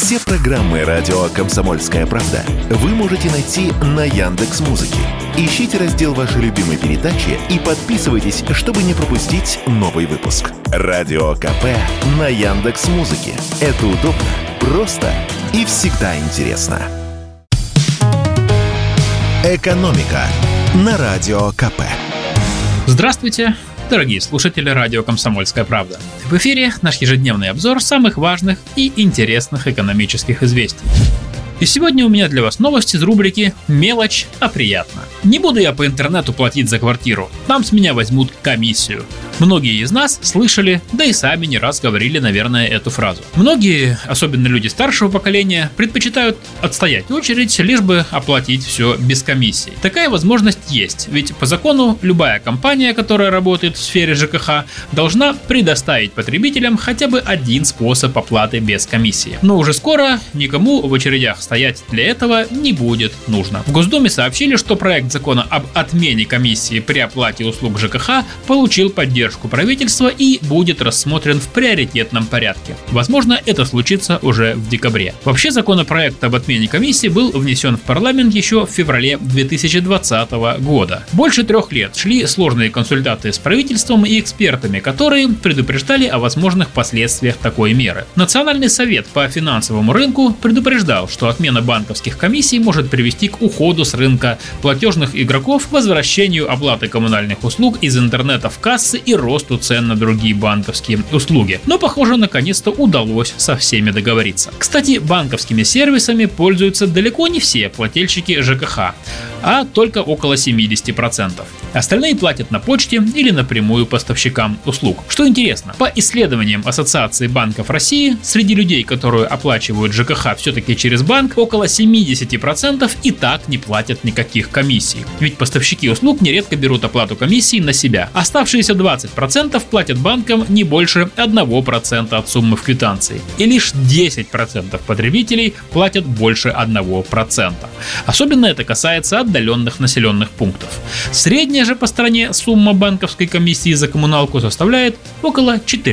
Все программы радио «Комсомольская правда» вы можете найти на Яндекс.Музыке. Ищите раздел вашей любимой передачи и подписывайтесь, чтобы не пропустить новый выпуск. Радио КП на Яндекс.Музыке. Это удобно, просто и всегда интересно. «Экономика» на Радио КП. Здравствуйте, дорогие слушатели радио «Комсомольская правда». В эфире наш ежедневный обзор самых важных и интересных экономических известий. И сегодня у меня для вас новости из рубрики «Мелочь, а приятно». Не буду я по интернету платить за квартиру, там с меня возьмут комиссию. Многие из нас слышали, да и сами не раз говорили, наверное, эту фразу. Многие, особенно люди старшего поколения, предпочитают отстоять очередь, лишь бы оплатить все без комиссии. Такая возможность есть, ведь по закону любая компания, которая работает в сфере ЖКХ, должна предоставить потребителям хотя бы один способ оплаты без комиссии. Но уже скоро никому в очередях стоять для этого не будет нужно. В Госдуме сообщили, что проект закона об отмене комиссии при оплате услуг ЖКХ получил поддержку правительства и будет рассмотрен в приоритетном порядке. Возможно, это случится уже в декабре. Вообще, законопроект об отмене комиссии был внесен в парламент еще в феврале 2020 года. Больше 3 лет шли сложные консультации с правительством и экспертами, которые предупреждали о возможных последствиях такой меры. Национальный совет по финансовому рынку предупреждал, что отмена банковских комиссий может привести к уходу с рынка платежных игроков, возвращению оплаты коммунальных услуг из интернета в кассы и росту цен на другие банковские услуги. Но, похоже, наконец-то удалось со всеми договориться. Кстати, банковскими сервисами пользуются далеко не все плательщики ЖКХ, а только около 70%. Остальные платят на почте или напрямую поставщикам услуг. Что интересно, по исследованиям Ассоциации банков России, среди людей, которые оплачивают ЖКХ все-таки через банк, около 70% и так не платят никаких комиссий. Ведь поставщики услуг нередко берут оплату комиссии на себя. Оставшиеся 20% платят банкам не больше 1% от суммы в квитанции. И лишь 10% потребителей платят больше 1%. Особенно это касается отдаленных населенных пунктов. Средняя же по стране сумма банковской комиссии за коммуналку составляет около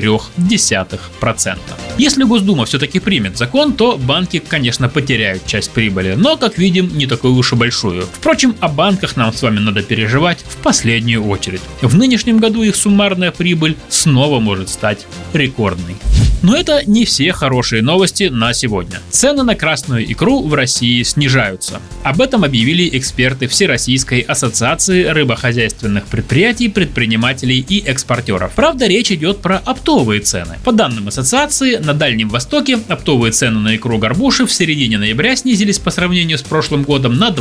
0,4%. Если Госдума все-таки примет закон, то банки, конечно, потеряют часть прибыли, но, как видим, не такую уж и большую. Впрочем, о банках нам с вами надо переживать в последнюю очередь. В нынешнем году их суммарная прибыль снова может стать рекордной. Но это не все хорошие новости на сегодня. Цены на красную икру в России снижаются. Об этом объявили эксперты Всероссийской ассоциации рыбохозяйственных предприятий, предпринимателей и экспортеров. Правда, речь идет про оптовые цены. По данным ассоциации, на Дальнем Востоке оптовые цены на икру горбуши в середине ноября снизились по сравнению с прошлым годом на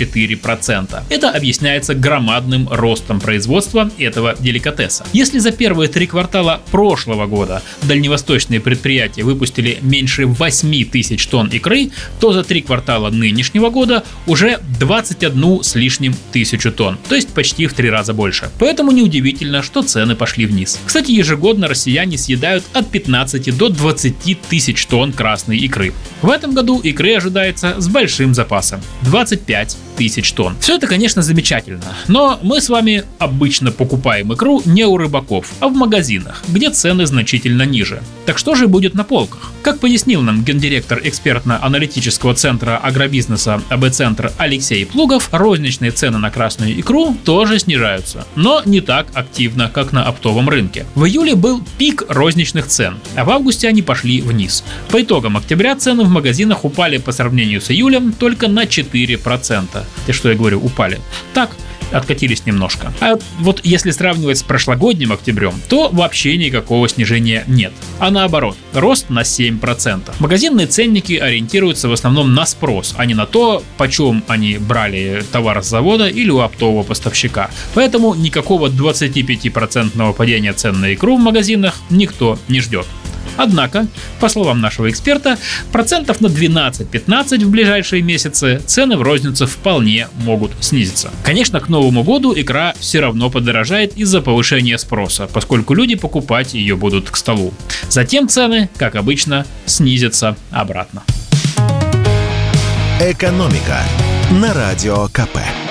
24%. Это объясняется громадным ростом производства этого деликатеса. Если за первые 3 квартала прошлого года дальневосточные предприятия выпустили меньше 8 тысяч тонн икры, то за 3 квартала нынешнего года уже 21 с лишним тысячу тонн, то есть почти в 3 раза больше. Поэтому неудивительно, что цены пошли вниз. Кстати, ежегодно россияне съедают от 15 до 20 тысяч тонн красной икры. В этом году икры ожидается с большим запасом – 25 тысяч тонн. Все это, конечно, замечательно, но мы с вами обычно покупаем икру не у рыбаков, а в магазинах, где цены значительно ниже. Так что же будет на полках? Как пояснил нам гендиректор экспертно-аналитического центра агробизнеса АБ-центр Алексей Плугов, розничные цены на красную икру тоже снижаются, но не так активно, как на оптовом рынке. В июле был пик розничных цен, а в августе они пошли вниз. По итогам октября цены в магазинах упали по сравнению с июлем только на 4%. И что я говорю, упали? Так, откатились немножко. А вот если сравнивать с прошлогодним октябрем, то вообще никакого снижения нет. А наоборот, рост на 7%. Магазинные ценники ориентируются в основном на спрос, а не на то, почем они брали товар с завода или у оптового поставщика. Поэтому никакого 25% падения цен на икру в магазинах никто не ждет. Однако, по словам нашего эксперта, процентов на 12-15 в ближайшие месяцы цены в рознице вполне могут снизиться. Конечно, к Новому году икра все равно подорожает из-за повышения спроса, поскольку люди покупать ее будут к столу. Затем цены, как обычно, снизятся обратно. «Экономика» на Радио КП.